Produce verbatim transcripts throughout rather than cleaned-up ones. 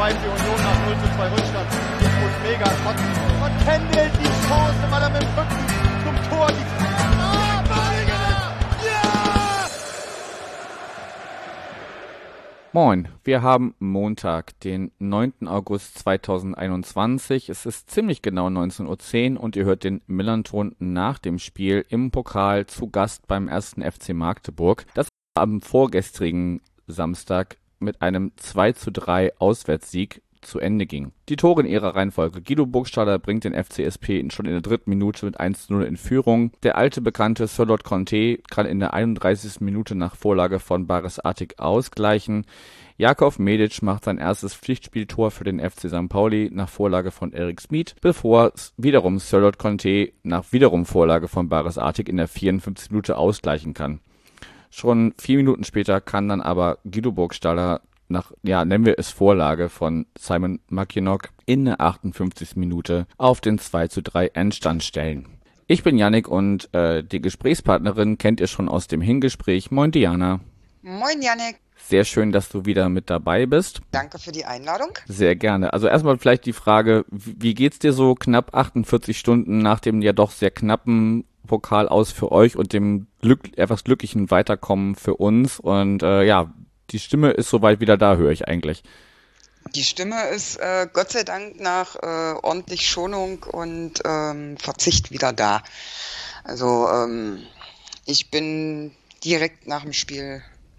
vermeiden die Union nach null zu zwei Rückstand. Und mega trotzdem. Und Kendall die Chance, weil er mit dem Rücken zum Tor die Ah, Ball! Ja! Moin, wir haben Montag, den neunten August zweitausendeinundzwanzig. Es ist ziemlich genau neunzehn Uhr zehn und ihr hört den Millernton nach dem Spiel im Pokal zu Gast beim ersten F C Magdeburg. Das am vorgestrigen Samstag mit einem zwei zu drei Auswärtssieg zu Ende ging. Die Tore in ihrer Reihenfolge. Guido Burgstaller bringt den F C S P schon in der dritten Minute mit eins zu null in Führung. Der alte bekannte Sørloth Conté kann in der einunddreißigsten Minute nach Vorlage von Baris Atik ausgleichen. Jakov Medic macht sein erstes Pflichtspieltor für den F C Sankt Pauli nach Vorlage von Erik Smith, bevor wiederum Sørloth Conté nach wiederum Vorlage von Baris Atik in der vierundfünfzigsten Minute ausgleichen kann. Schon vier Minuten später kann dann aber Guido Burgstaller nach, ja, nennen wir es Vorlage von Simon Mackinock in der achtundfünfzigsten Minute auf den zwei zu drei Endstand stellen. Ich bin Yannick und äh, die Gesprächspartnerin kennt ihr schon aus dem Hingespräch. Moin Diana. Moin Yannick. Sehr schön, dass du wieder mit dabei bist. Danke für die Einladung. Sehr gerne. Also erstmal vielleicht die Frage, wie geht's dir so knapp achtundvierzig Stunden nach dem ja doch sehr knappen Pokal aus für euch und dem Glück, etwas glücklichen Weiterkommen für uns? Und äh, ja, die Stimme ist soweit wieder da, höre ich eigentlich. Die Stimme ist äh, Gott sei Dank nach äh, ordentlich Schonung und ähm, Verzicht wieder da. Also ähm, ich bin direkt nach dem Spiel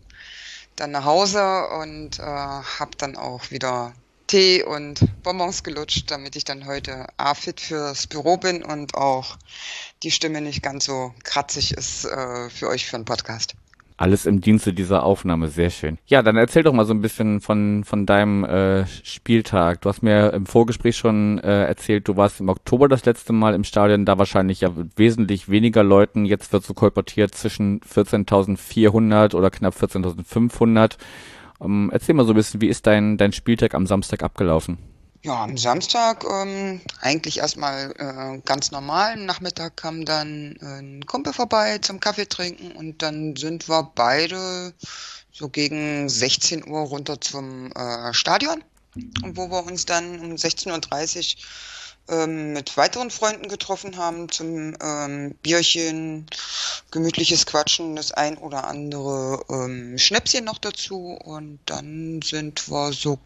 dann nach Hause und äh, habe dann auch wieder Tee und Bonbons gelutscht, damit ich dann heute A, fit fürs Büro bin und auch die Stimme nicht ganz so kratzig ist äh, für euch für einen Podcast. Alles im Dienste dieser Aufnahme, sehr schön. Ja, dann erzähl doch mal so ein bisschen von von deinem äh, Spieltag. Du hast mir im Vorgespräch schon äh, erzählt, du warst im Oktober das letzte Mal im Stadion, da wahrscheinlich ja wesentlich weniger Leuten. Jetzt wird so kolportiert zwischen vierzehntausendvierhundert oder knapp vierzehntausendfünfhundert. Um, erzähl mal so ein bisschen, wie ist dein dein Spieltag am Samstag abgelaufen? Ja, am Samstag ähm, eigentlich erstmal äh, ganz normal. Am Nachmittag kam dann äh, ein Kumpel vorbei zum Kaffee trinken und dann sind wir beide so gegen sechzehn Uhr runter zum äh, Stadion, wo wir uns dann um sechzehn Uhr dreißig ähm, mit weiteren Freunden getroffen haben zum ähm, Bierchen, gemütliches Quatschen, das ein oder andere ähm, Schnäpschen noch dazu und dann sind wir so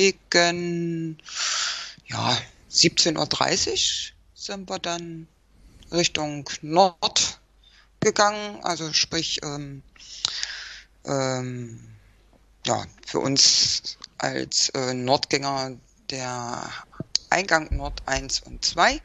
gegen ja, siebzehn Uhr dreißig sind wir dann Richtung Nord gegangen, also sprich ähm, ähm, ja, für uns als äh, Nordgänger der Eingang Nord eins und zwei.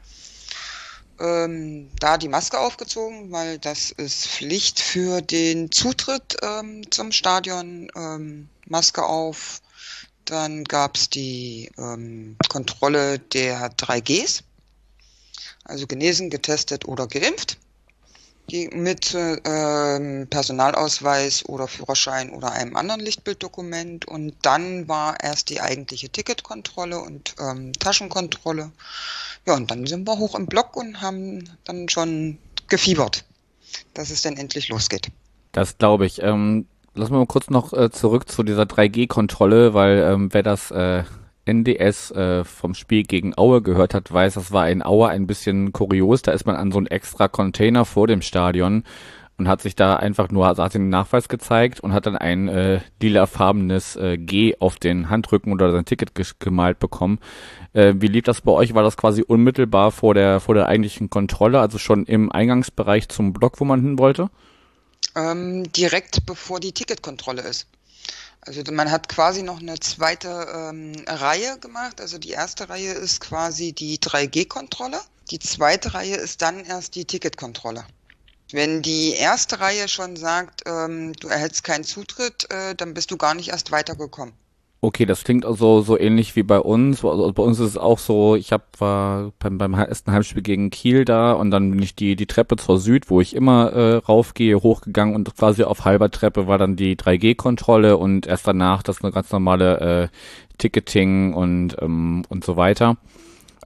Ähm, da die Maske aufgezogen, weil das ist Pflicht für den Zutritt ähm, zum Stadion, ähm, Maske auf. Dann gab's die ähm, Kontrolle der drei Gs, also genesen, getestet oder geimpft, die mit ähm, Personalausweis oder Führerschein oder einem anderen Lichtbilddokument. Und dann war erst die eigentliche Ticketkontrolle und ähm, Taschenkontrolle. Ja, und dann sind wir hoch im Block und haben dann schon gefiebert, dass es dann endlich losgeht. Das glaube ich. Ähm Lass mal kurz noch äh, zurück zu dieser drei G Kontrolle, weil ähm, wer das äh, N D S äh, vom Spiel gegen Aue gehört hat, weiß, das war in Aue ein bisschen kurios. Da ist man an so einen extra Container vor dem Stadion und hat sich da einfach nur, also hat den Nachweis gezeigt und hat dann ein äh, lilafarbenes äh, G auf den Handrücken oder sein Ticket ges- gemalt bekommen. Äh, wie lief das bei euch? War das quasi unmittelbar vor der vor der eigentlichen Kontrolle, also schon im Eingangsbereich zum Block, wo man hin wollte? Ähm, direkt bevor die Ticketkontrolle ist. Also man hat quasi noch eine zweite ähm, Reihe gemacht. Also die erste Reihe ist quasi die drei G Kontrolle. Die zweite Reihe ist dann erst die Ticketkontrolle. Wenn die erste Reihe schon sagt, ähm, du erhältst keinen Zutritt, äh, dann bist du gar nicht erst weitergekommen. Okay, das klingt also so ähnlich wie bei uns. Also bei uns ist es auch so, ich hab, war beim, beim ersten Heimspiel gegen Kiel da und dann bin ich die die Treppe zur Süd, wo ich immer äh, raufgehe, hochgegangen und quasi auf halber Treppe war dann die drei G Kontrolle und erst danach das eine ganz normale äh, Ticketing und ähm, und so weiter.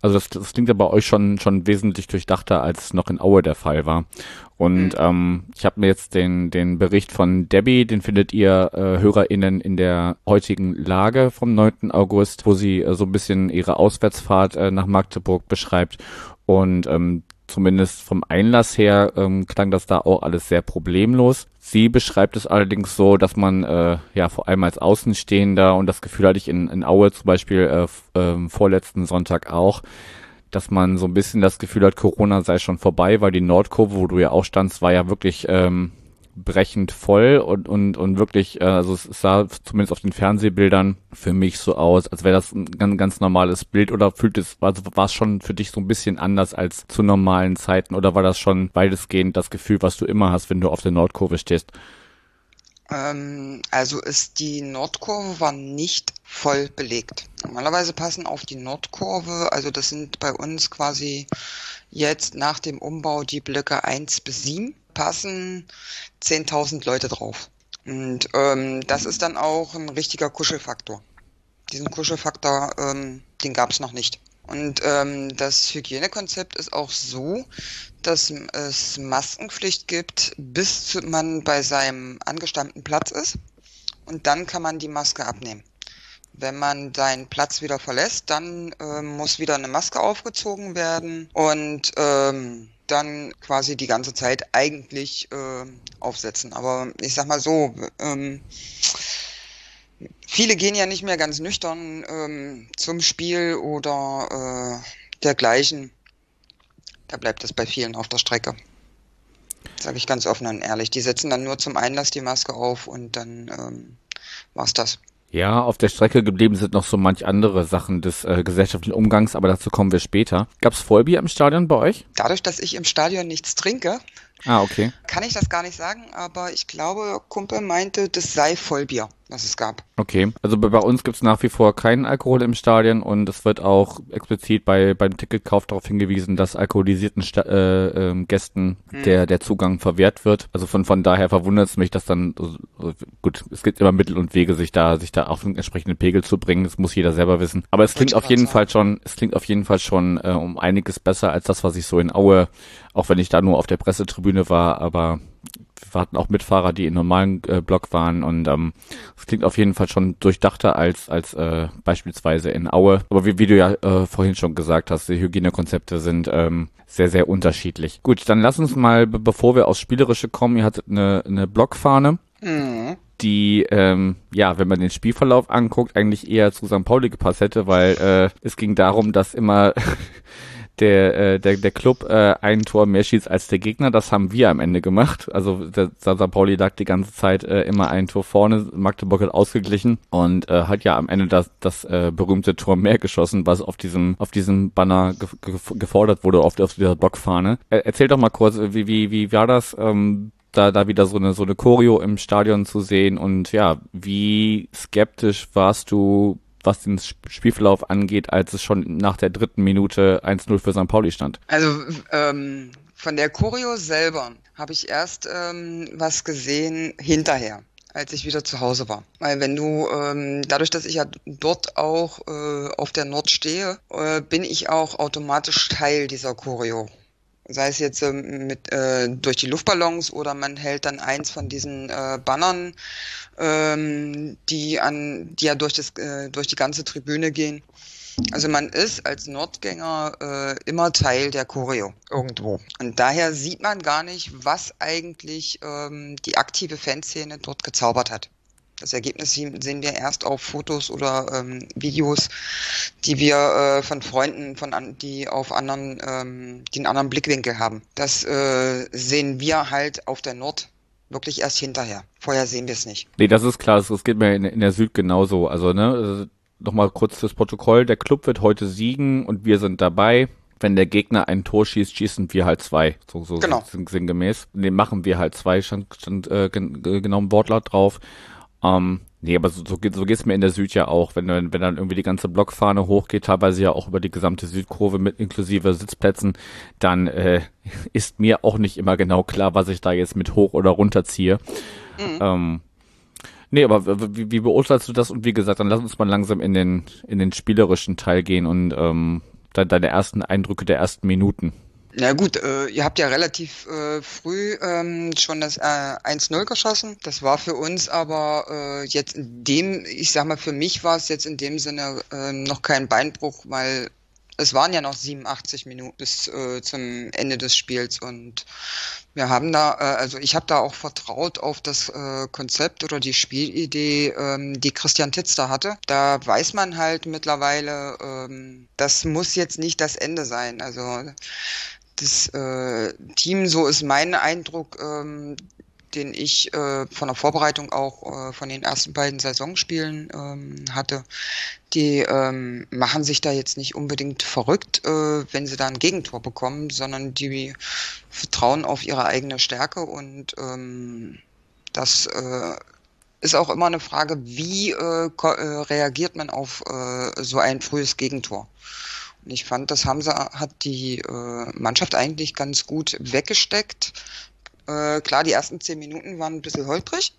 Also das, das klingt ja bei euch schon schon wesentlich durchdachter, als es noch in Aue der Fall war. Und mhm. ähm, ich habe mir jetzt den den Bericht von Debbie, den findet ihr äh, HörerInnen in der heutigen Lage vom neunten August, wo sie äh, so ein bisschen ihre Auswärtsfahrt äh, nach Magdeburg beschreibt. Und ähm, zumindest vom Einlass her ähm, klang das da auch alles sehr problemlos. Sie beschreibt es allerdings so, dass man äh, ja vor allem als Außenstehender, und das Gefühl hatte ich in, in Aue zum Beispiel äh, f- äh, vorletzten Sonntag auch, dass man so ein bisschen das Gefühl hat, Corona sei schon vorbei, weil die Nordkurve, wo du ja auch standst, war ja wirklich ähm, brechend voll und und und wirklich, äh, also es sah zumindest auf den Fernsehbildern für mich so aus, als wäre das ein ganz, ganz normales Bild, oder fühlt es, also war es schon für dich so ein bisschen anders als zu normalen Zeiten, oder war das schon weitestgehend das Gefühl, was du immer hast, wenn du auf der Nordkurve stehst? Ähm, also ist die Nordkurve war nicht voll belegt. Normalerweise passen auf die Nordkurve, also das sind bei uns quasi jetzt nach dem Umbau die Blöcke eins bis sieben, passen zehntausend Leute drauf. Und ähm, das ist dann auch ein richtiger Kuschelfaktor. Diesen Kuschelfaktor, ähm, den gab es noch nicht. Und ähm, das Hygienekonzept ist auch so, dass es Maskenpflicht gibt, bis zu, man bei seinem angestammten Platz ist. Und dann kann man die Maske abnehmen. Wenn man seinen Platz wieder verlässt, dann äh, muss wieder eine Maske aufgezogen werden und ähm, dann quasi die ganze Zeit eigentlich äh, aufsetzen. Aber ich sag mal so, ähm, viele gehen ja nicht mehr ganz nüchtern ähm, zum Spiel oder äh, dergleichen. Da bleibt es bei vielen auf der Strecke. Sage ich ganz offen und ehrlich. Die setzen dann nur zum Einlass die Maske auf und dann ähm, war's das. Ja, auf der Strecke geblieben sind noch so manch andere Sachen des äh, gesellschaftlichen Umgangs, aber dazu kommen wir später. Gab's Vollbier im Stadion bei euch? Dadurch, dass ich im Stadion nichts trinke, Ah, okay. kann ich das gar nicht sagen, aber ich glaube, Kumpel meinte, das sei Vollbier, was es gab. Okay, also bei bei uns gibt's nach wie vor keinen Alkohol im Stadion, und es wird auch explizit bei beim Ticketkauf darauf hingewiesen, dass alkoholisierten Sta- äh, ähm, Gästen Hm. der der Zugang verwehrt wird. Also von von daher verwundert es mich, dass dann, äh, gut, es gibt immer Mittel und Wege, sich da sich da auf einen entsprechenden Pegel zu bringen. Das muss jeder selber wissen. Aber es klingt Wollte ich auf jeden grad Fall schon, es klingt auf jeden Fall schon äh, um einiges besser als das, was ich so in Aue, auch wenn ich da nur auf der Pressetribüne war, aber wir hatten auch Mitfahrer, die in normalen äh, Block waren, und ähm, es klingt auf jeden Fall schon durchdachter als als äh, beispielsweise in Aue. Aber wie, wie du ja äh, vorhin schon gesagt hast, die Hygienekonzepte sind ähm, sehr, sehr unterschiedlich. Gut, dann lass uns mal, be- bevor wir aufs Spielerische kommen, ihr hattet eine, eine Blockfahne, Mhm. die, ähm, ja, wenn man den Spielverlauf anguckt, eigentlich eher zu Sankt Pauli gepasst hätte, weil äh, es ging darum, dass immer der, äh, der, der Club äh, ein Tor mehr schießt als der Gegner. Das haben wir am Ende gemacht. Also der Sankt Pauli lag die ganze Zeit äh, immer ein Tor vorne. Magdeburg hat ausgeglichen und äh, hat ja am Ende das, das äh, berühmte Tor mehr geschossen, was auf diesem auf diesem Banner ge ge gefordert wurde, auf, auf dieser Blockfahne. Äh, erzähl doch mal kurz, wie wie wie war das? Ähm, da da wieder so eine so eine Choreo im Stadion zu sehen, und ja, wie skeptisch warst du, was den Sp- Spielverlauf angeht, als es schon nach der dritten Minute eins null für Sankt Pauli stand? Also ähm, von der Choreo selber habe ich erst ähm, was gesehen hinterher, als ich wieder zu Hause war. Weil wenn du, ähm, dadurch, dass ich ja dort auch äh, auf der Nord stehe, äh, bin ich auch automatisch Teil dieser Choreo. Sei es jetzt ähm, mit äh, durch die Luftballons oder man hält dann eins von diesen äh, Bannern, ähm, die an, die ja durch das äh, durch die ganze Tribüne gehen. Also man ist als Nordgänger äh, immer Teil der Choreo irgendwo. Und daher sieht man gar nicht, was eigentlich ähm, die aktive Fanszene dort gezaubert hat. Das Ergebnis sehen wir erst auf Fotos oder ähm, Videos, die wir äh, von Freunden, von an, die auf anderen, ähm, die einen anderen Blickwinkel haben. Das äh, sehen wir halt auf der Nord wirklich erst hinterher. Vorher sehen wir es nicht. Nee, das ist klar, das geht mir in, in der Süd genauso. Also, ne, also nochmal kurz fürs Protokoll, der Club wird heute siegen und wir sind dabei. Wenn der Gegner ein Tor schießt, schießen wir halt zwei. So, so Genau. sinn- sinngemäß. Nee, machen wir halt zwei, stand, stand äh, gen, genau ein Wortlaut drauf. Ähm, nee, aber so, so geht so geht's mir in der Süd ja auch, wenn wenn wenn dann irgendwie die ganze Blockfahne hochgeht, teilweise ja auch über die gesamte Südkurve mit inklusive Sitzplätzen, dann äh, ist mir auch nicht immer genau klar, was ich da jetzt mit hoch oder runter ziehe. Mhm. Ähm, nee, aber wie, wie beurteilst du das? Und wie gesagt, dann lass uns mal langsam in den in den spielerischen Teil gehen, und ähm, de- deine ersten Eindrücke der ersten Minuten. Na gut, äh, ihr habt ja relativ äh, früh ähm, schon das äh, eins null geschossen. Das war für uns aber äh, jetzt in dem, ich sag mal, für mich war es jetzt in dem Sinne äh, noch kein Beinbruch, weil es waren ja noch siebenundachtzig Minuten bis äh, zum Ende des Spiels und wir haben da, äh, also ich habe da auch vertraut auf das äh, Konzept oder die Spielidee, ähm, die Christian Titz da hatte. Da weiß man halt mittlerweile, ähm, das muss jetzt nicht das Ende sein. Also das äh, Team, so ist mein Eindruck, ähm, den ich äh, von der Vorbereitung auch äh, von den ersten beiden Saisonspielen ähm, hatte, die ähm, machen sich da jetzt nicht unbedingt verrückt, äh, wenn sie da ein Gegentor bekommen, sondern die vertrauen auf ihre eigene Stärke und ähm, das äh, ist auch immer eine Frage, wie äh, ko- äh, reagiert man auf äh, so ein frühes Gegentor. Und ich fand, das haben sie, hat die äh, Mannschaft eigentlich ganz gut weggesteckt. Äh, klar, die ersten zehn Minuten waren ein bisschen holprig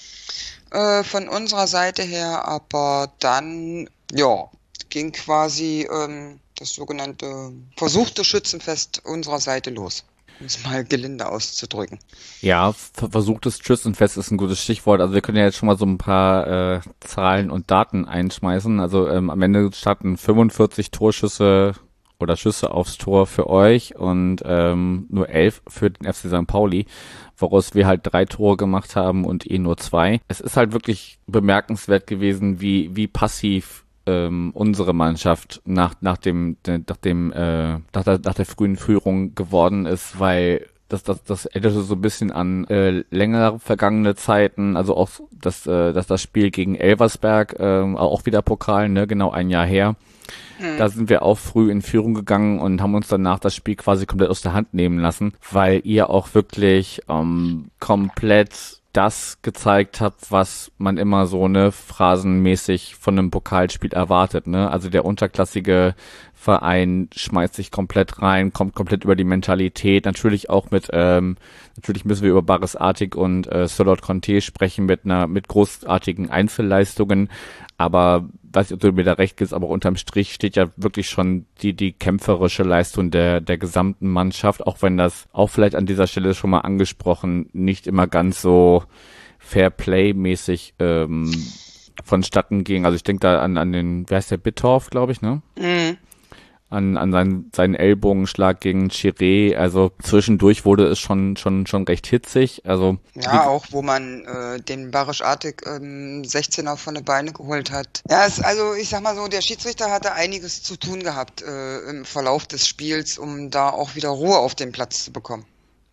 äh, von unserer Seite her, aber dann, ja, ging quasi ähm, das sogenannte versuchte Schützenfest unserer Seite los, um es mal gelinde auszudrücken. Ja, ver- versuchtes Schützenfest ist ein gutes Stichwort. Also wir können ja jetzt schon mal so ein paar äh, Zahlen und Daten einschmeißen. Also ähm, am Ende starten fünfundvierzig Torschüsse oder Schüsse aufs Tor für euch und ähm, nur elf für den F C Sankt Pauli, woraus wir halt drei Tore gemacht haben und eh nur zwei. Es ist halt wirklich bemerkenswert gewesen, wie wie passiv ähm, unsere Mannschaft nach nach dem nach dem äh, nach der, nach der frühen Führung geworden ist, weil das, das, das erinnerte so ein bisschen an äh, länger vergangene Zeiten, also auch das, äh, das, das Spiel gegen Elversberg, äh, auch wieder Pokal, ne, genau ein Jahr her. Hm. Da sind wir auch früh in Führung gegangen und haben uns danach das Spiel quasi komplett aus der Hand nehmen lassen, weil ihr auch wirklich ähm, komplett das gezeigt habt, was man immer so, ne, phrasenmäßig von einem Pokalspiel erwartet, ne? Also der unterklassige Verein schmeißt sich komplett rein, kommt komplett über die Mentalität, natürlich auch mit, ähm, natürlich müssen wir über Baris Artig und äh, Solot Conte sprechen mit einer, mit großartigen Einzelleistungen, aber weiß nicht, ob du mir da recht gibst, aber unterm Strich steht ja wirklich schon die, die kämpferische Leistung der, der gesamten Mannschaft, auch wenn das auch vielleicht an dieser Stelle schon mal angesprochen, nicht immer ganz so Fair-Play-mäßig ähm, vonstatten ging. Also ich denke da an, an den, wer heißt der, Bittorf, glaube ich, ne? Mhm. An, an seinen, seinen Ellbogenschlag gegen Chiré, also zwischendurch wurde es schon, schon, schon recht hitzig, also. Ja, auch wo man äh, den Barisch Artig ähm, sechzehner von den Beine geholt hat. Ja, es, also ich sag mal so, der Schiedsrichter hatte einiges zu tun gehabt äh, im Verlauf des Spiels, um da auch wieder Ruhe auf den Platz zu bekommen.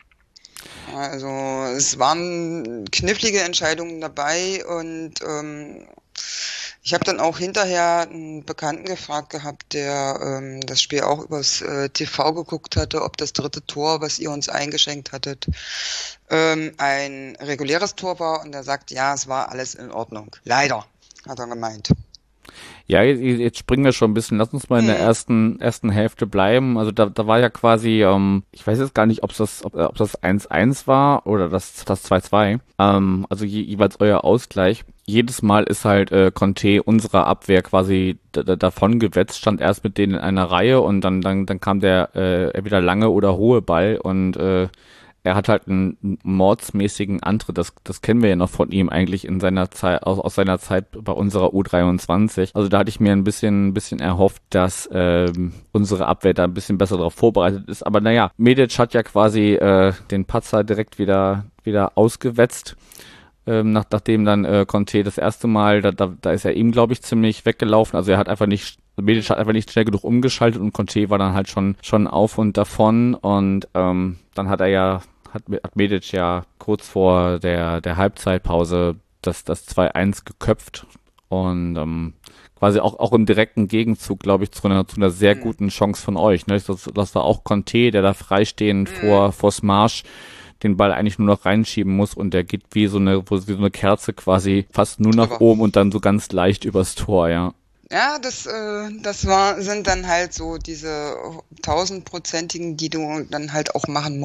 Also es waren knifflige Entscheidungen dabei und ähm, ich habe dann auch hinterher einen Bekannten gefragt gehabt, der ähm, das Spiel auch übers äh, T V geguckt hatte, ob das dritte Tor, was ihr uns eingeschenkt hattet, ähm, ein reguläres Tor war und er sagt, ja, es war alles in Ordnung. Leider, hat er gemeint. Ja, jetzt, jetzt springen wir schon ein bisschen. Lass uns mal in der ersten ersten Hälfte bleiben. Also da, da war ja quasi, ähm, ich weiß jetzt gar nicht, ob das ob, ob das eins eins war oder das das zwei zwei. Ähm, also je, jeweils euer Ausgleich. Jedes Mal ist halt äh, Conte unserer Abwehr quasi d- d- davon gewetzt, stand erst mit denen in einer Reihe und dann dann dann kam der äh, entweder lange oder hohe Ball und äh, er hat halt einen mordsmäßigen Antritt, das, das kennen wir ja noch von ihm eigentlich in seiner Zeit, aus, aus seiner Zeit bei unserer U dreiundzwanzig. Also da hatte ich mir ein bisschen, ein bisschen erhofft, dass ähm, unsere Abwehr da ein bisschen besser darauf vorbereitet ist. Aber naja, Medic hat ja quasi äh, den Patzer direkt wieder, wieder ausgewetzt. Ähm, nach, nachdem dann äh, Conte das erste Mal, da, da, da ist er ihm, glaube ich, ziemlich weggelaufen. Also er hat einfach nicht, Medic hat einfach nicht schnell genug umgeschaltet und Conte war dann halt schon schon auf und davon. Und ähm, dann hat er ja, hat, hat Medic ja kurz vor der der Halbzeitpause das das zwei eins geköpft und ähm, quasi auch auch im direkten Gegenzug, glaube ich, zu einer zu einer sehr guten Chance von euch. Ne? Das, das war auch Conte, der da freistehend vor vor Smarsch den Ball eigentlich nur noch reinschieben muss und der geht wie so eine, wie so eine Kerze quasi fast nur nach Drüber. oben und dann so ganz leicht übers Tor, ja. Ja, das, äh, das war, sind dann halt so diese tausendprozentigen, die du dann halt auch machen musst.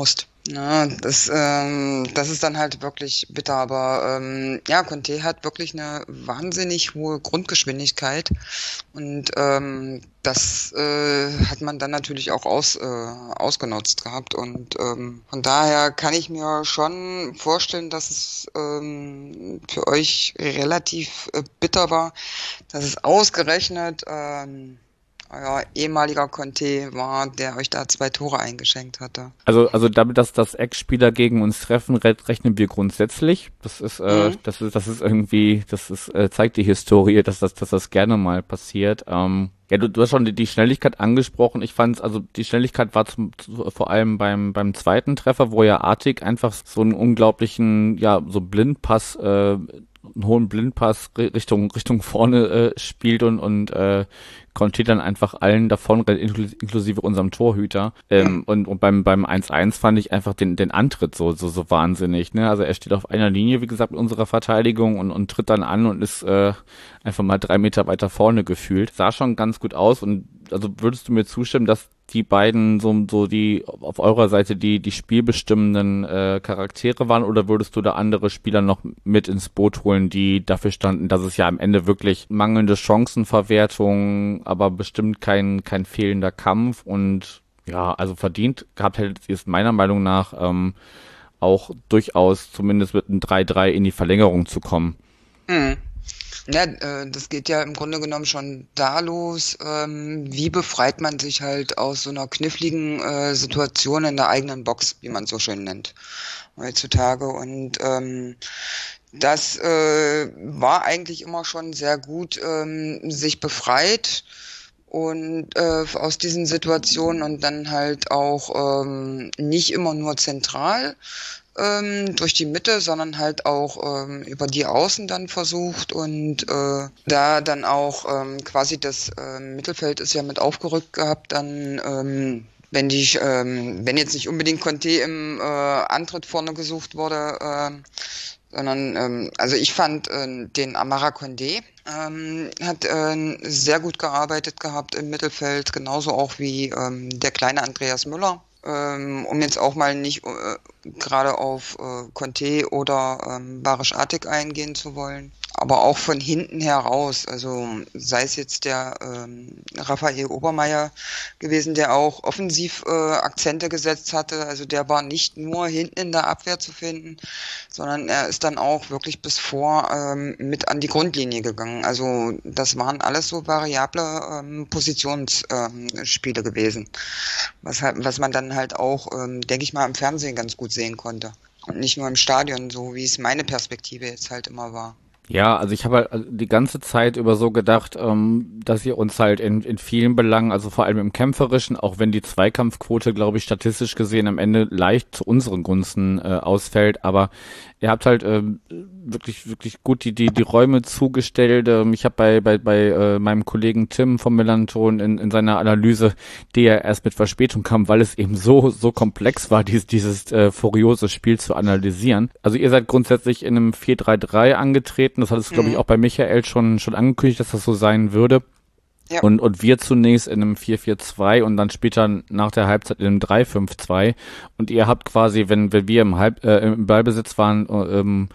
Ja, das, ähm, das ist dann halt wirklich bitter, aber ähm, ja, Conte hat wirklich eine wahnsinnig hohe Grundgeschwindigkeit und ähm, das äh, hat man dann natürlich auch aus, äh, ausgenutzt gehabt und ähm, von daher kann ich mir schon vorstellen, dass es ähm, für euch relativ äh, bitter war, dass es ausgerechnet ähm, euer ehemaliger Conte war, der euch da zwei Tore eingeschenkt hatte. Also, also damit, dass das Ex-Spieler gegen uns treffen, re- rechnen wir grundsätzlich. Das ist, äh, Mhm. das ist, das ist irgendwie, das ist, äh, zeigt die Historie, dass das, dass das gerne mal passiert. Ähm, ja, du, du hast schon die, die Schnelligkeit angesprochen. Ich fand, also die Schnelligkeit war zum, zu, vor allem beim beim zweiten Treffer, wo ja Artig einfach so einen unglaublichen, ja, so Blindpass, äh, einen hohen Blindpass ri- Richtung Richtung vorne äh, spielt und und äh, Conte dann einfach allen davon, inklu- inklusive unserem Torhüter. Ähm, und, und beim beim eins eins fand ich einfach den den Antritt so so so wahnsinnig. Ne? Also er steht auf einer Linie, wie gesagt, mit unserer Verteidigung und und tritt dann an und ist äh, einfach mal drei Meter weiter vorne gefühlt. Sah schon ganz gut aus und also würdest du mir zustimmen, dass die beiden so, so die auf eurer Seite die die spielbestimmenden äh, Charaktere waren oder würdest du da andere Spieler noch mit ins Boot holen, die dafür standen, dass es ja am Ende wirklich mangelnde Chancenverwertung, aber bestimmt kein kein fehlender Kampf und ja, also verdient gehabt hättet ihr es meiner Meinung nach ähm, auch durchaus zumindest mit einem drei drei in die Verlängerung zu kommen. Mhm. Ja, äh, das geht ja im Grunde genommen schon da los, ähm, wie befreit man sich halt aus so einer kniffligen äh, Situation in der eigenen Box, wie man es so schön nennt, heutzutage. Und ähm, das äh, war eigentlich immer schon sehr gut, ähm, sich befreit und äh, aus diesen Situationen und dann halt auch ähm, nicht immer nur zentral ähm, durch die Mitte, sondern halt auch ähm, über die Außen dann versucht und äh, da dann auch ähm, quasi das äh, Mittelfeld ist ja mit aufgerückt gehabt, dann ähm, wenn die, ähm, wenn jetzt nicht unbedingt Conte im äh, Antritt vorne gesucht wurde, äh, sondern ähm, also ich fand äh, den Amara Condé ähm, hat äh, sehr gut gearbeitet gehabt im Mittelfeld, genauso auch wie ähm, der kleine Andreas Müller. Ähm, um jetzt auch mal nicht äh, gerade auf äh, Conte oder ähm, Barisch Artig eingehen zu wollen, aber auch von hinten heraus, also sei es jetzt der ähm, Raphael Obermeier gewesen, der auch offensiv äh, Akzente gesetzt hatte, also der war nicht nur hinten in der Abwehr zu finden, sondern er ist dann auch wirklich bis vor ähm, mit an die Grundlinie gegangen, also das waren alles so variable ähm, Positionsspiele ähm, gewesen, was, halt, was man dann halt auch, ähm, denke ich mal, im Fernsehen ganz gut sehen konnte und nicht nur im Stadion, so wie es meine Perspektive jetzt halt immer war. Ja, also ich habe halt die ganze Zeit über so gedacht, ähm, dass ihr uns halt in, in vielen Belangen, also vor allem im Kämpferischen, auch wenn die Zweikampfquote, glaube ich, statistisch gesehen am Ende leicht zu unseren Gunsten äh, ausfällt, aber ihr habt halt ähm, wirklich wirklich gut die die die Räume zugestellt. Ähm, ich habe bei bei bei äh, meinem Kollegen Tim vom Melanton in in seiner Analyse, die ja erst mit Verspätung kam, weil es eben so so komplex war, dieses dieses äh, furiose Spiel zu analysieren. Also ihr seid grundsätzlich in einem vier drei drei angetreten. Das hat es, glaube ich, Mhm. auch bei Michael schon schon angekündigt, dass das so sein würde. Ja. Und, und wir zunächst in einem vier vier zwei und dann später nach der Halbzeit in einem drei fünf zwei. Und ihr habt quasi, wenn, wenn wir im, Halb, äh, im Ballbesitz waren, äh, ähm,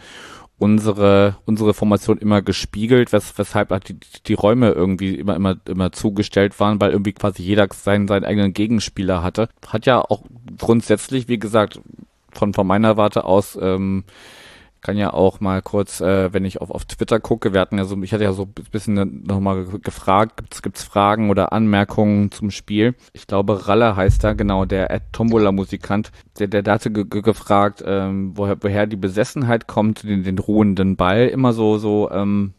unsere unsere Formation immer gespiegelt, wes, weshalb halt die, die Räume irgendwie immer immer immer zugestellt waren, weil irgendwie quasi jeder seinen seinen eigenen Gegenspieler hatte. Hat ja auch grundsätzlich, wie gesagt, von von meiner Warte aus ähm, kann ja auch mal kurz, äh, wenn ich auf, auf Twitter gucke, wir hatten ja so, ich hatte ja so ein bisschen nochmal gefragt, gibt's, gibt's Fragen oder Anmerkungen zum Spiel? Ich glaube, Ralle heißt da, genau, der Tombola-Musikant, der, der, der hatte ge ge gefragt, ähm, woher, woher die Besessenheit kommt, den, den ruhenden Ball immer so, so, ähm,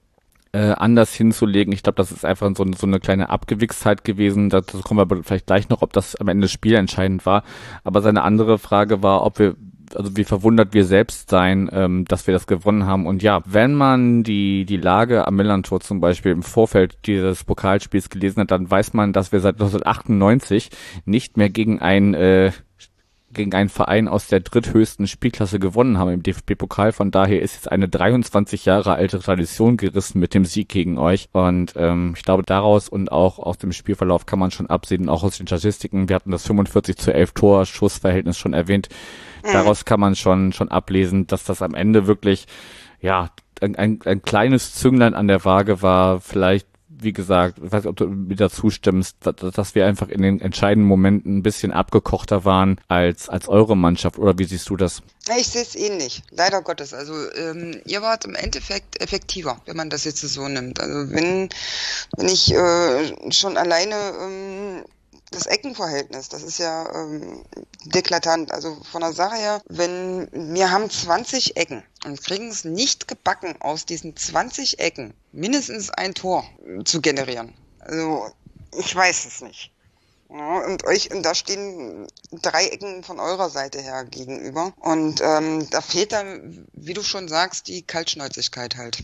äh, anders hinzulegen. Ich glaube, das ist einfach so, so eine kleine Abgewichstheit gewesen. Dazu kommen wir aber vielleicht gleich noch, ob das am Ende spielentscheidend war. Aber seine andere Frage war, ob wir also wie verwundert wir selbst sein, ähm, dass wir das gewonnen haben. Und ja, wenn man die die Lage am Millantor zum Beispiel im Vorfeld dieses Pokalspiels gelesen hat, dann weiß man, dass wir seit neunzehnhundertachtundneunzig nicht mehr gegen ein äh, gegen einen Verein aus der dritthöchsten Spielklasse gewonnen haben im D F B-Pokal. Von daher ist jetzt eine dreiundzwanzig Jahre alte Tradition gerissen mit dem Sieg gegen euch. Und ähm, ich glaube, daraus und auch aus dem Spielverlauf kann man schon absehen, auch aus den Statistiken. Wir hatten das fünfundvierzig zu elf Tor-Schussverhältnis schon erwähnt. Daraus kann man schon schon ablesen, dass das am Ende wirklich ja ein, ein, ein kleines Zünglein an der Waage war. Vielleicht, wie gesagt, ich weiß nicht, ob du mir da zustimmst, dass wir einfach in den entscheidenden Momenten ein bisschen abgekochter waren als als eure Mannschaft. Oder wie siehst du das? Ich sehe es ähnlich, leider Gottes. Also ähm, ihr wart im Endeffekt effektiver, wenn man das jetzt so nimmt. Also wenn wenn ich äh, schon alleine ähm, das Eckenverhältnis, das ist ja ähm, deklatant. Also von der Sache her, wenn wir haben zwanzig Ecken und kriegen es nicht gebacken, aus diesen zwanzig Ecken mindestens ein Tor zu generieren. Also ich weiß es nicht. Ja, und euch, und da stehen drei Ecken von eurer Seite her gegenüber. Und ähm, da fehlt dann, wie du schon sagst, die Kaltschnäuzigkeit halt.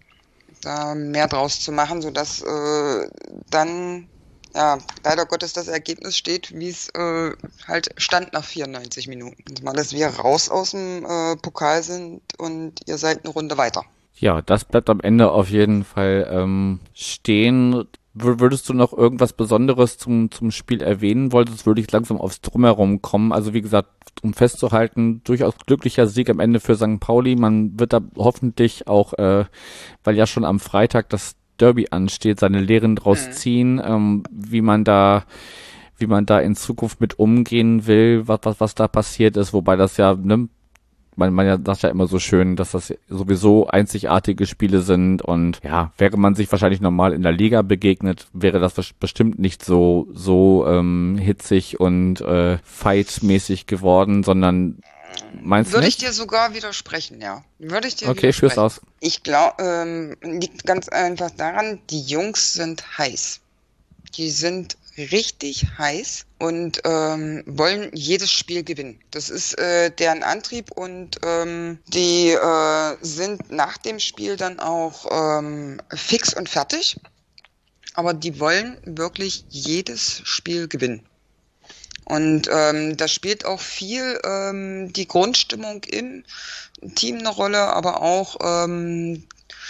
Da mehr draus zu machen, sodass äh, dann ja, leider Gottes das Ergebnis steht, wie es äh, halt stand nach vierundneunzig Minuten. Mal, dass wir raus aus dem äh, Pokal sind und ihr seid eine Runde weiter. Ja, das bleibt am Ende auf jeden Fall ähm, stehen. W- würdest du noch irgendwas Besonderes zum zum Spiel erwähnen wolltest, würde ich langsam aufs Drumherum kommen. Also wie gesagt, um festzuhalten, durchaus glücklicher Sieg am Ende für Sankt Pauli. Man wird da hoffentlich auch, äh, weil ja schon am Freitag das Derby ansteht, seine Lehren draus Mhm. ziehen, ähm, wie man da, wie man da in Zukunft mit umgehen will, was, was, was da passiert ist, wobei das ja, ne, man, man ja sagt ja immer so schön, dass das sowieso einzigartige Spiele sind und ja, wäre man sich wahrscheinlich normal in der Liga begegnet, wäre das bestimmt nicht so, so, ähm, hitzig und, äh, fightmäßig geworden, sondern meinst du Würde ich nicht? dir sogar widersprechen, ja. Würde ich dir Okay, führ's widersprechen. aus. Ich glaube, ähm, liegt ganz einfach daran, die Jungs sind heiß. Die sind richtig heiß und ähm, wollen jedes Spiel gewinnen. Das ist äh, deren Antrieb und ähm, die äh, sind nach dem Spiel dann auch ähm, fix und fertig. Aber die wollen wirklich jedes Spiel gewinnen. Und ähm, da spielt auch viel ähm, die Grundstimmung im Team eine Rolle, aber auch ähm,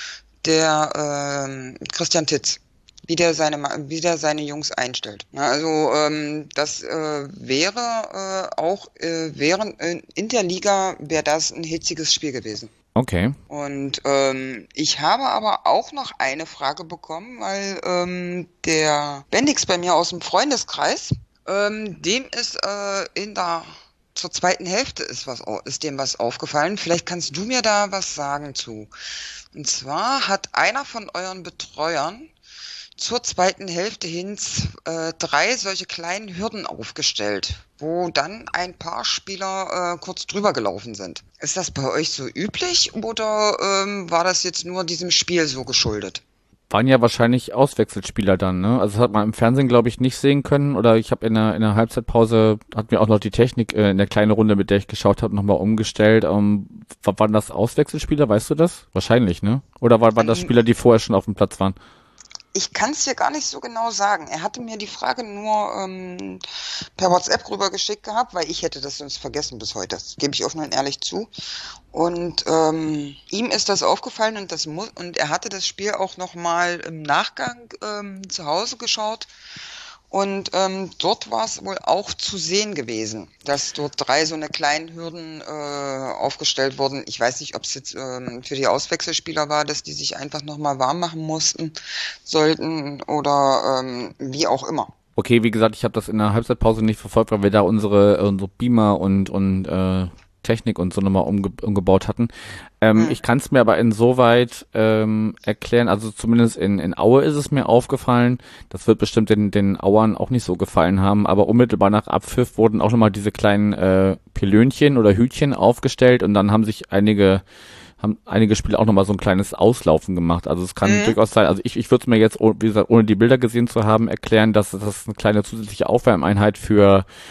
der ähm, Christian Titz, wie der seine Ma- wie der seine Jungs einstellt. Ja, also ähm, das äh, wäre äh, auch äh, während äh, in der Liga wäre das ein hitziges Spiel gewesen. Okay. Und ähm, ich habe aber auch noch eine Frage bekommen, weil ähm, der Bendix bei mir aus dem Freundeskreis, ähm, dem ist äh, in der zur zweiten Hälfte ist was au- ist dem was aufgefallen. Vielleicht kannst du mir da was sagen zu. Und zwar hat einer von euren Betreuern zur zweiten Hälfte hin z- äh, drei solche kleinen Hürden aufgestellt, wo dann ein paar Spieler äh, kurz drüber gelaufen sind. Ist das bei euch so üblich oder ähm, war das jetzt nur diesem Spiel so geschuldet? Waren ja wahrscheinlich Auswechselspieler dann, ne? Also das hat man im Fernsehen, glaube ich, nicht sehen können. Oder ich habe in der in der Halbzeitpause, hat mir auch noch die Technik äh, in der kleinen Runde, mit der ich geschaut habe, nochmal umgestellt. Ähm, wa- waren das Auswechselspieler, weißt du das? Wahrscheinlich, ne? Oder war- waren das Ähm, Spieler, die vorher schon auf dem Platz waren? Ich kann es dir gar nicht so genau sagen. Er hatte mir die Frage nur ähm, per WhatsApp rübergeschickt gehabt, weil ich hätte das sonst vergessen bis heute. Das gebe ich offen und ehrlich zu. Und ähm, ihm ist das aufgefallen und das muss und er hatte das Spiel auch noch mal im Nachgang ähm, zu Hause geschaut. Und ähm, dort war es wohl auch zu sehen gewesen, dass dort drei so eine kleinen Hürden äh, aufgestellt wurden. Ich weiß nicht, ob es jetzt ähm, für die Auswechselspieler war, dass die sich einfach nochmal warm machen mussten, sollten oder ähm, wie auch immer. Okay, wie gesagt, ich habe das in der Halbzeitpause nicht verfolgt, weil wir da unsere, unsere Beamer und und äh, Technik und so nochmal umge umgebaut hatten. Ähm, Hm. ich kann es mir aber insoweit ähm, erklären, also zumindest in, in Aue ist es mir aufgefallen, das wird bestimmt den, den Auern auch nicht so gefallen haben, aber unmittelbar nach Abpfiff wurden auch nochmal diese kleinen äh, Pilönchen oder Hütchen aufgestellt und dann haben sich einige haben einige Spieler auch nochmal so ein kleines Auslaufen gemacht. Also es kann Mhm. durchaus sein, also ich, ich würde es mir jetzt, oh- wie gesagt, ohne die Bilder gesehen zu haben, erklären, dass das eine kleine zusätzliche Aufwärmeinheit für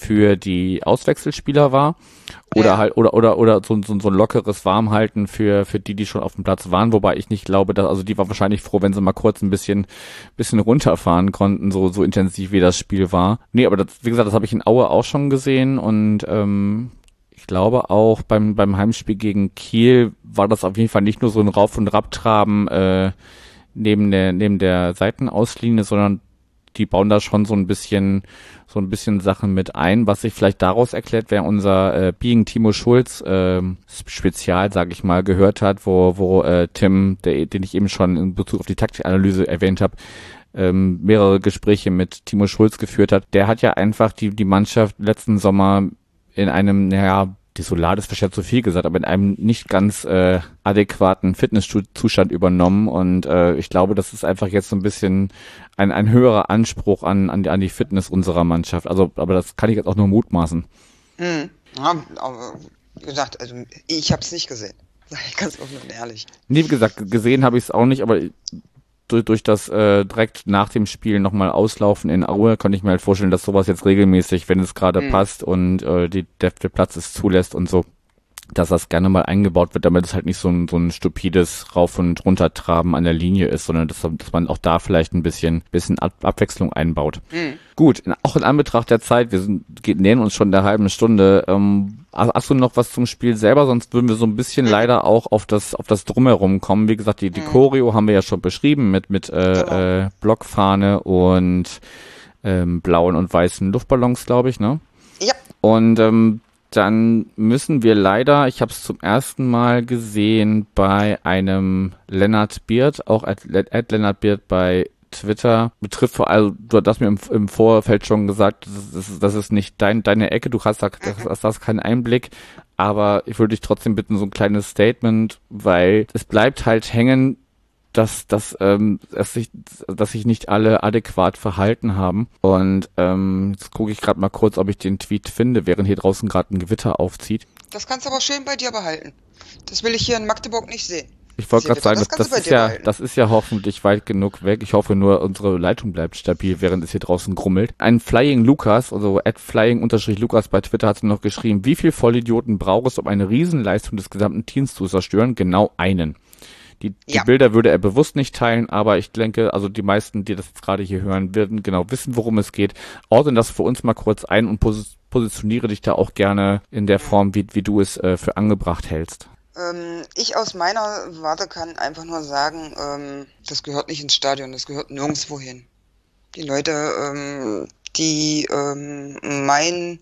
für die Auswechselspieler war. Oder Ja. halt, oder, oder, oder so, so, so ein lockeres Warmhalten für, für die, die schon auf dem Platz waren, wobei ich nicht glaube, dass, also die war wahrscheinlich froh, wenn sie mal kurz ein bisschen, bisschen runterfahren konnten, so, so intensiv wie das Spiel war. Nee, aber das, wie gesagt, das habe ich in Aue auch schon gesehen und, ähm, ich glaube auch beim, beim Heimspiel gegen Kiel war das auf jeden Fall nicht nur so ein Rauf- und Rabtraben, äh, neben der, neben der Seitenauslinie, sondern die bauen da schon so ein bisschen, so ein bisschen Sachen mit ein, was sich vielleicht daraus erklärt, wer unser äh, Being Timo Schulz ähm, Spezial, sage ich mal, gehört hat, wo wo äh, Tim, der, den ich eben schon in Bezug auf die Taktikanalyse erwähnt habe, ähm, mehrere Gespräche mit Timo Schulz geführt hat. Der hat ja einfach die die Mannschaft letzten Sommer in einem, naja, desolat ist wahrscheinlich zu viel gesagt, aber in einem nicht ganz äh, adäquaten Fitnesszustand übernommen und äh, ich glaube, das ist einfach jetzt so ein bisschen ein, ein höherer Anspruch an, an, die, an die Fitness unserer Mannschaft. Also, aber das kann ich jetzt auch nur mutmaßen. Hm. Ja, aber wie gesagt, also ich habe es nicht gesehen. Sag ich ganz offen und ehrlich. Nee, wie gesagt, gesehen habe ich es auch nicht, aber durch, durch das äh, direkt nach dem Spiel nochmal auslaufen in Aue, kann ich mir halt vorstellen, dass sowas jetzt regelmäßig, wenn es gerade Mhm. passt und äh, die, der, der Platz es zulässt und so, dass das gerne mal eingebaut wird, damit es halt nicht so ein, so ein stupides Rauf- und Runtertraben an der Linie ist, sondern dass, dass man auch da vielleicht ein bisschen, bisschen Ab Abwechslung einbaut. Mhm. Gut, in, auch in Anbetracht der Zeit, wir sind, geht, nähern uns schon der halben Stunde, ähm, hast du noch was zum Spiel selber, sonst würden wir so ein bisschen leider auch auf das, auf das Drumherum kommen. Wie gesagt, die, die Mhm. Choreo haben wir ja schon beschrieben mit, mit, äh, Genau. äh, Blockfahne und, ähm, blauen und weißen Luftballons, glaube ich, ne? Ja. Und, ähm, dann müssen wir leider, ich habe es zum ersten Mal gesehen bei einem Lennart Beard, auch at, at Lennart Beard bei Twitter, betrifft vor allem, du hast mir im, im Vorfeld schon gesagt, das ist, das ist nicht dein, deine Ecke, du hast da, das, das hast keinen Einblick, aber ich würde dich trotzdem bitten, so ein kleines Statement, weil es bleibt halt hängen, dass, dass, ähm, dass, sich, dass sich nicht alle adäquat verhalten haben. Und ähm, jetzt gucke ich gerade mal kurz, ob ich den Tweet finde, während hier draußen gerade ein Gewitter aufzieht. Das kannst du aber schön bei dir behalten. Das will ich hier in Magdeburg nicht sehen. Ich wollte Sehr gerade bitte, sagen, das das, kannst das du bei ist dir ja, behalten. das ist ja hoffentlich weit genug weg. Ich hoffe nur, unsere Leitung bleibt stabil, während es hier draußen grummelt. Ein Flying Lukas, also at Flying-Lukas bei Twitter hat noch geschrieben, wie viel Vollidioten braucht es, um eine Riesenleistung des gesamten Teams zu zerstören? Genau einen. Die, die Ja. Bilder würde er bewusst nicht teilen, aber ich denke, also die meisten, die das jetzt gerade hier hören, werden genau wissen, worum es geht. Ordne das für uns mal kurz ein und pos positioniere dich da auch gerne in der Form, wie, wie du es äh, für angebracht hältst. Ähm, ich aus meiner Warte kann einfach nur sagen, ähm, das gehört nicht ins Stadion, das gehört nirgendwo hin. Die Leute, ähm, die ähm, meinen,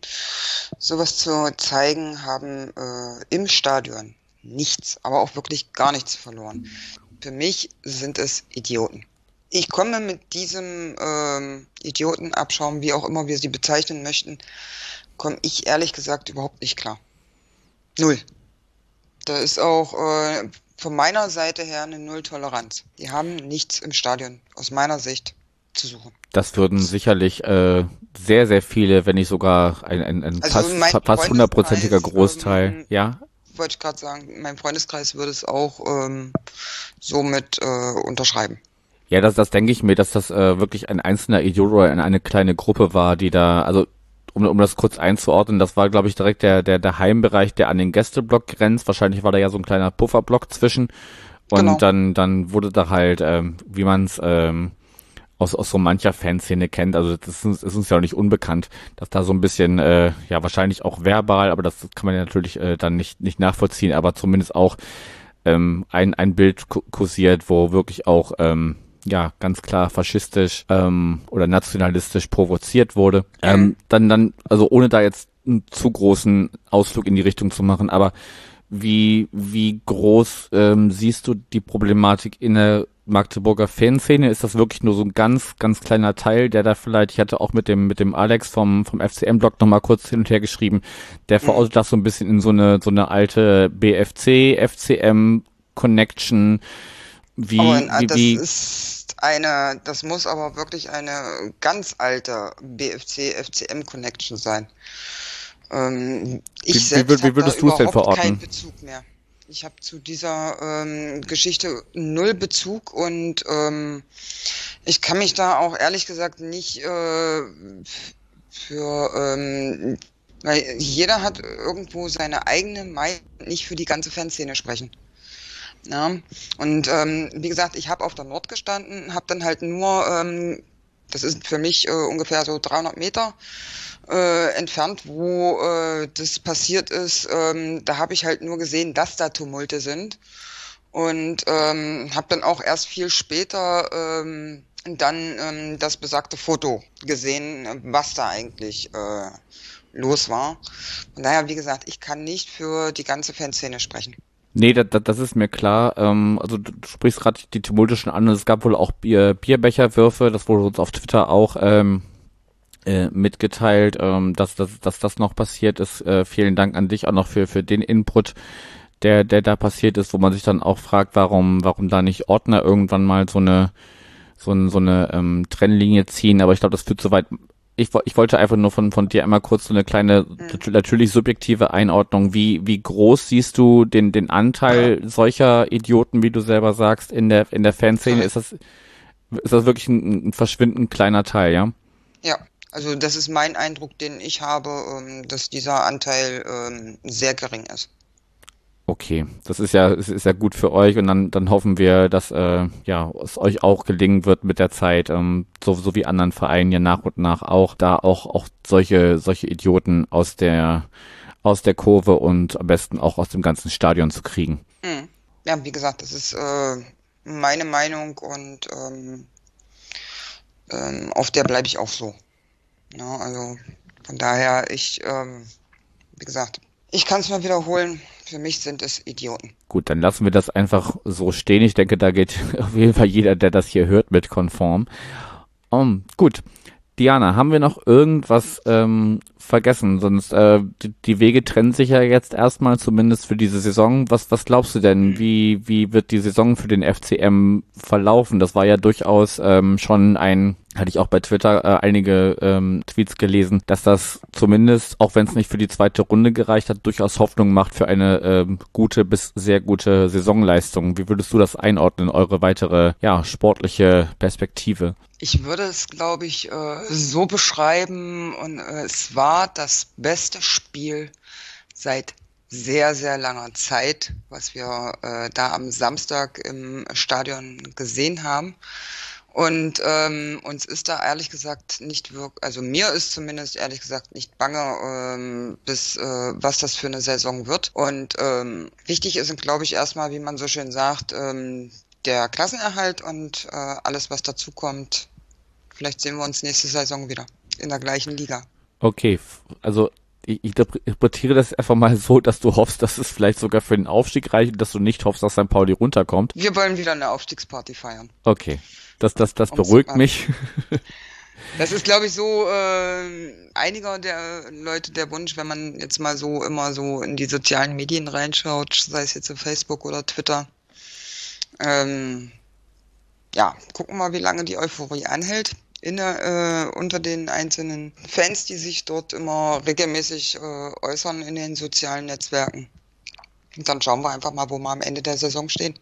sowas zu zeigen, haben äh, im Stadion nichts, aber auch wirklich gar nichts verloren. Für mich sind es Idioten. Ich komme mit diesem ähm, Idiotenabschaum, wie auch immer wir sie bezeichnen möchten, komme ich ehrlich gesagt überhaupt nicht klar. Null. Da ist auch äh, von meiner Seite her eine Null-Toleranz. Die haben nichts im Stadion, aus meiner Sicht, zu suchen. Das würden sicherlich äh, sehr, sehr viele, wenn nicht sogar ein, ein, ein Also fast, mein fast hundertprozentiger Freundeskreis, Großteil. ähm, Ja, Wollte ich gerade sagen, mein Freundeskreis würde es auch ähm, somit äh, unterschreiben. ja, das, das denke ich mir, dass das äh, wirklich ein einzelner Idiot oder eine, eine kleine Gruppe war, die da, also um, um das kurz einzuordnen, das war, glaube ich, direkt der, der, der Heimbereich, der an den Gästeblock grenzt. Wahrscheinlich war da ja so ein kleiner Pufferblock zwischen. Und Genau. dann, dann wurde da halt, ähm, wie man es ähm, aus, aus so mancher Fanszene kennt, also das ist uns, ist uns ja auch nicht unbekannt, dass da so ein bisschen, äh, ja, wahrscheinlich auch verbal, aber das kann man ja natürlich äh, dann nicht, nicht nachvollziehen, aber zumindest auch ähm, ein, ein Bild ku- kursiert, wo wirklich auch, ähm, ja, ganz klar faschistisch ähm, oder nationalistisch provoziert wurde. Ähm, dann, dann, also ohne da jetzt einen zu großen Ausflug in die Richtung zu machen, aber wie, wie groß ähm, siehst du die Problematik in der Magdeburger Fanszene? Ist das wirklich nur so ein ganz, ganz kleiner Teil, der da vielleicht, ich hatte auch mit dem, mit dem Alex vom, vom F C M-Blog nochmal kurz hin und her geschrieben, der verortet das so ein bisschen in so eine, so eine alte B F C, F C M-Connection. Wie, Aber in, wie, das wie, ist eine, das muss aber wirklich eine ganz alte B F C, F C M-Connection sein. Ähm, ich Wie- wie selbst würd- wie habe da würdest du es denn überhaupt verorten? keinen Bezug mehr. Ich habe zu dieser ähm, Geschichte null Bezug und ähm, ich kann mich da auch ehrlich gesagt nicht äh, für, ähm, weil jeder hat irgendwo seine eigene Meinung, nicht für die ganze Fanszene sprechen. Ja, und ähm, wie gesagt, ich habe auf der Nord gestanden, habe dann halt nur, ähm, das ist für mich äh, ungefähr so dreihundert Meter äh, entfernt, wo äh, das passiert ist. Ähm, da habe ich halt nur gesehen, dass da Tumulte sind und ähm, habe dann auch erst viel später ähm, dann ähm, das besagte Foto gesehen, was da eigentlich äh, los war. Von daher, wie gesagt, ich kann nicht für die ganze Fanszene sprechen. Nee, das, das ist mir klar. Ähm, also du, du sprichst gerade die Tumulte schon an. Es gab wohl auch Bier, Bierbecherwürfe. Das wurde uns auf Twitter auch ähm, äh, mitgeteilt, ähm, dass, dass, dass das noch passiert ist. Äh, vielen Dank an dich auch noch für für den Input, der der da passiert ist, wo man sich dann auch fragt, warum warum da nicht Ordner irgendwann mal so eine so, ein, so eine ähm, Trennlinie ziehen. Aber ich glaube, das führt zu weit. Ich, ich wollte einfach nur von von dir einmal kurz so eine kleine, mhm. natürlich subjektive Einordnung. Wie wie groß siehst du den den Anteil solcher Idioten, wie du selber sagst, in der in der Fanszene? Ist das ist das wirklich ein, ein verschwindend kleiner Teil, ja? Ja, also das ist mein Eindruck, den ich habe, dass dieser Anteil sehr gering ist. Okay, das ist ja, es ist ja gut für euch und dann, dann hoffen wir, dass äh, ja es euch auch gelingen wird mit der Zeit, ähm, so, so wie anderen Vereinen ja nach und nach auch, da auch auch solche solche Idioten aus der aus der Kurve und am besten auch aus dem ganzen Stadion zu kriegen. Hm. Ja, wie gesagt, das ist äh, meine Meinung und ähm, ähm, auf der bleibe ich auch so. Ja, also von daher, ich, ähm, wie gesagt, ich kann es mal wiederholen. Für mich sind es Idioten. Gut, dann lassen wir das einfach so stehen. Ich denke, da geht auf jeden Fall jeder, der das hier hört, mit konform. Um, gut. Diana, haben wir noch irgendwas ähm, vergessen? Sonst, äh, die, die Wege trennen sich ja jetzt erstmal, zumindest für diese Saison. Was, was glaubst du denn? Wie, wie wird die Saison für den F C M verlaufen? Das war ja durchaus ähm, schon ein, hatte ich auch bei Twitter äh, einige ähm, Tweets gelesen, dass das zumindest, auch wenn es nicht für die zweite Runde gereicht hat, durchaus Hoffnung macht für eine ähm, gute bis sehr gute Saisonleistung. Wie würdest du das einordnen, eure weitere, ja, sportliche Perspektive? Ich würde es, glaube ich, äh, so beschreiben, und äh, es war das beste Spiel seit sehr, sehr langer Zeit, was wir äh, da am Samstag im Stadion gesehen haben. Und ähm, uns ist da ehrlich gesagt nicht wirklich, also mir ist zumindest ehrlich gesagt nicht bange, ähm, bis äh, was das für eine Saison wird. Und ähm, wichtig ist, glaube ich, erstmal, wie man so schön sagt, ähm, der Klassenerhalt und äh, alles, was dazu kommt. Vielleicht sehen wir uns nächste Saison wieder in der gleichen Liga. Okay, also ich interpretiere das einfach mal so, dass du hoffst, dass es vielleicht sogar für den Aufstieg reicht und dass du nicht hoffst, dass Sankt Pauli runterkommt. Wir wollen wieder eine Aufstiegsparty feiern. Okay, das, das, das beruhigt mich. Das ist, glaube ich, so äh, einiger der Leute der Wunsch, wenn man jetzt mal so immer so in die sozialen Medien reinschaut, sei es jetzt auf Facebook oder Twitter. Ähm, ja, gucken wir mal, wie lange die Euphorie anhält. In der, äh, unter den einzelnen Fans, die sich dort immer regelmäßig äh, äußern in den sozialen Netzwerken. Und dann schauen wir einfach mal, wo wir am Ende der Saison stehen.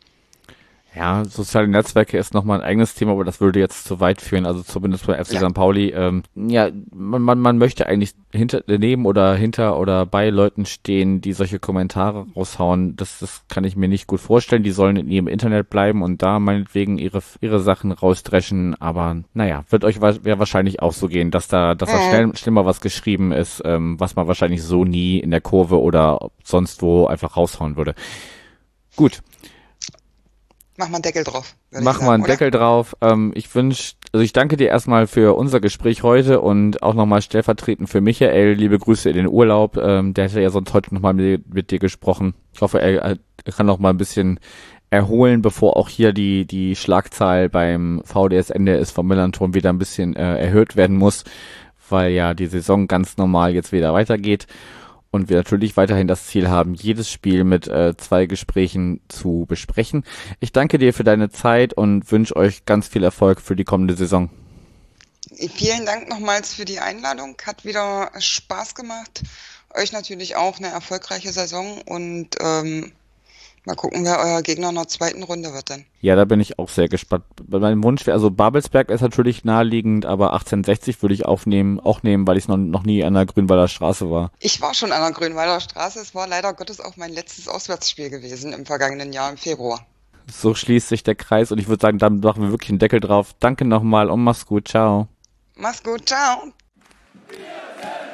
Ja, soziale Netzwerke ist nochmal ein eigenes Thema, aber das würde jetzt zu weit führen. Also zumindest bei F C ja. Sankt Pauli. Ähm, ja, man, man, man möchte eigentlich hinter neben oder hinter oder bei Leuten stehen, die solche Kommentare raushauen. Das, das kann ich mir nicht gut vorstellen. Die sollen in ihrem Internet bleiben und da meinetwegen ihre ihre Sachen rausdreschen. Aber naja, wird euch ja wahrscheinlich auch so gehen, dass da, dass da schnell, schnell mal was geschrieben ist, ähm, was man wahrscheinlich so nie in der Kurve oder sonst wo einfach raushauen würde. Gut. Mach mal einen Deckel drauf. Mach mal einen oder? Deckel drauf. Ähm, ich wünsche, also ich danke dir erstmal für unser Gespräch heute und auch nochmal stellvertretend für Michael. Liebe Grüße in den Urlaub. Ähm, der hätte ja sonst heute nochmal mit, mit dir gesprochen. Ich hoffe, er, er kann noch mal ein bisschen erholen, bevor auch hier die die Schlagzahl beim V D S-Ende ist vom Millerntor wieder ein bisschen äh, erhöht werden muss, weil ja die Saison ganz normal jetzt wieder weitergeht. Und wir natürlich weiterhin das Ziel haben, jedes Spiel mit äh, zwei Gesprächen zu besprechen. Ich danke dir für deine Zeit und wünsche euch ganz viel Erfolg für die kommende Saison. Vielen Dank nochmals für die Einladung. Hat wieder Spaß gemacht. Euch natürlich auch eine erfolgreiche Saison. Und ähm, Mal gucken, wer euer Gegner in der zweiten Runde wird dann. Ja, da bin ich auch sehr gespannt. Mein Wunsch wäre, also Babelsberg ist natürlich naheliegend, aber achtzehnhundertsechzig würde ich aufnehmen, auch nehmen, weil ich noch, noch nie an der Grünwalder Straße war. Ich war schon an der Grünwalder Straße. Es war leider Gottes auch mein letztes Auswärtsspiel gewesen im vergangenen Jahr im Februar. So schließt sich der Kreis und ich würde sagen, dann machen wir wirklich einen Deckel drauf. Danke nochmal und mach's gut. Ciao. Mach's gut. Ciao.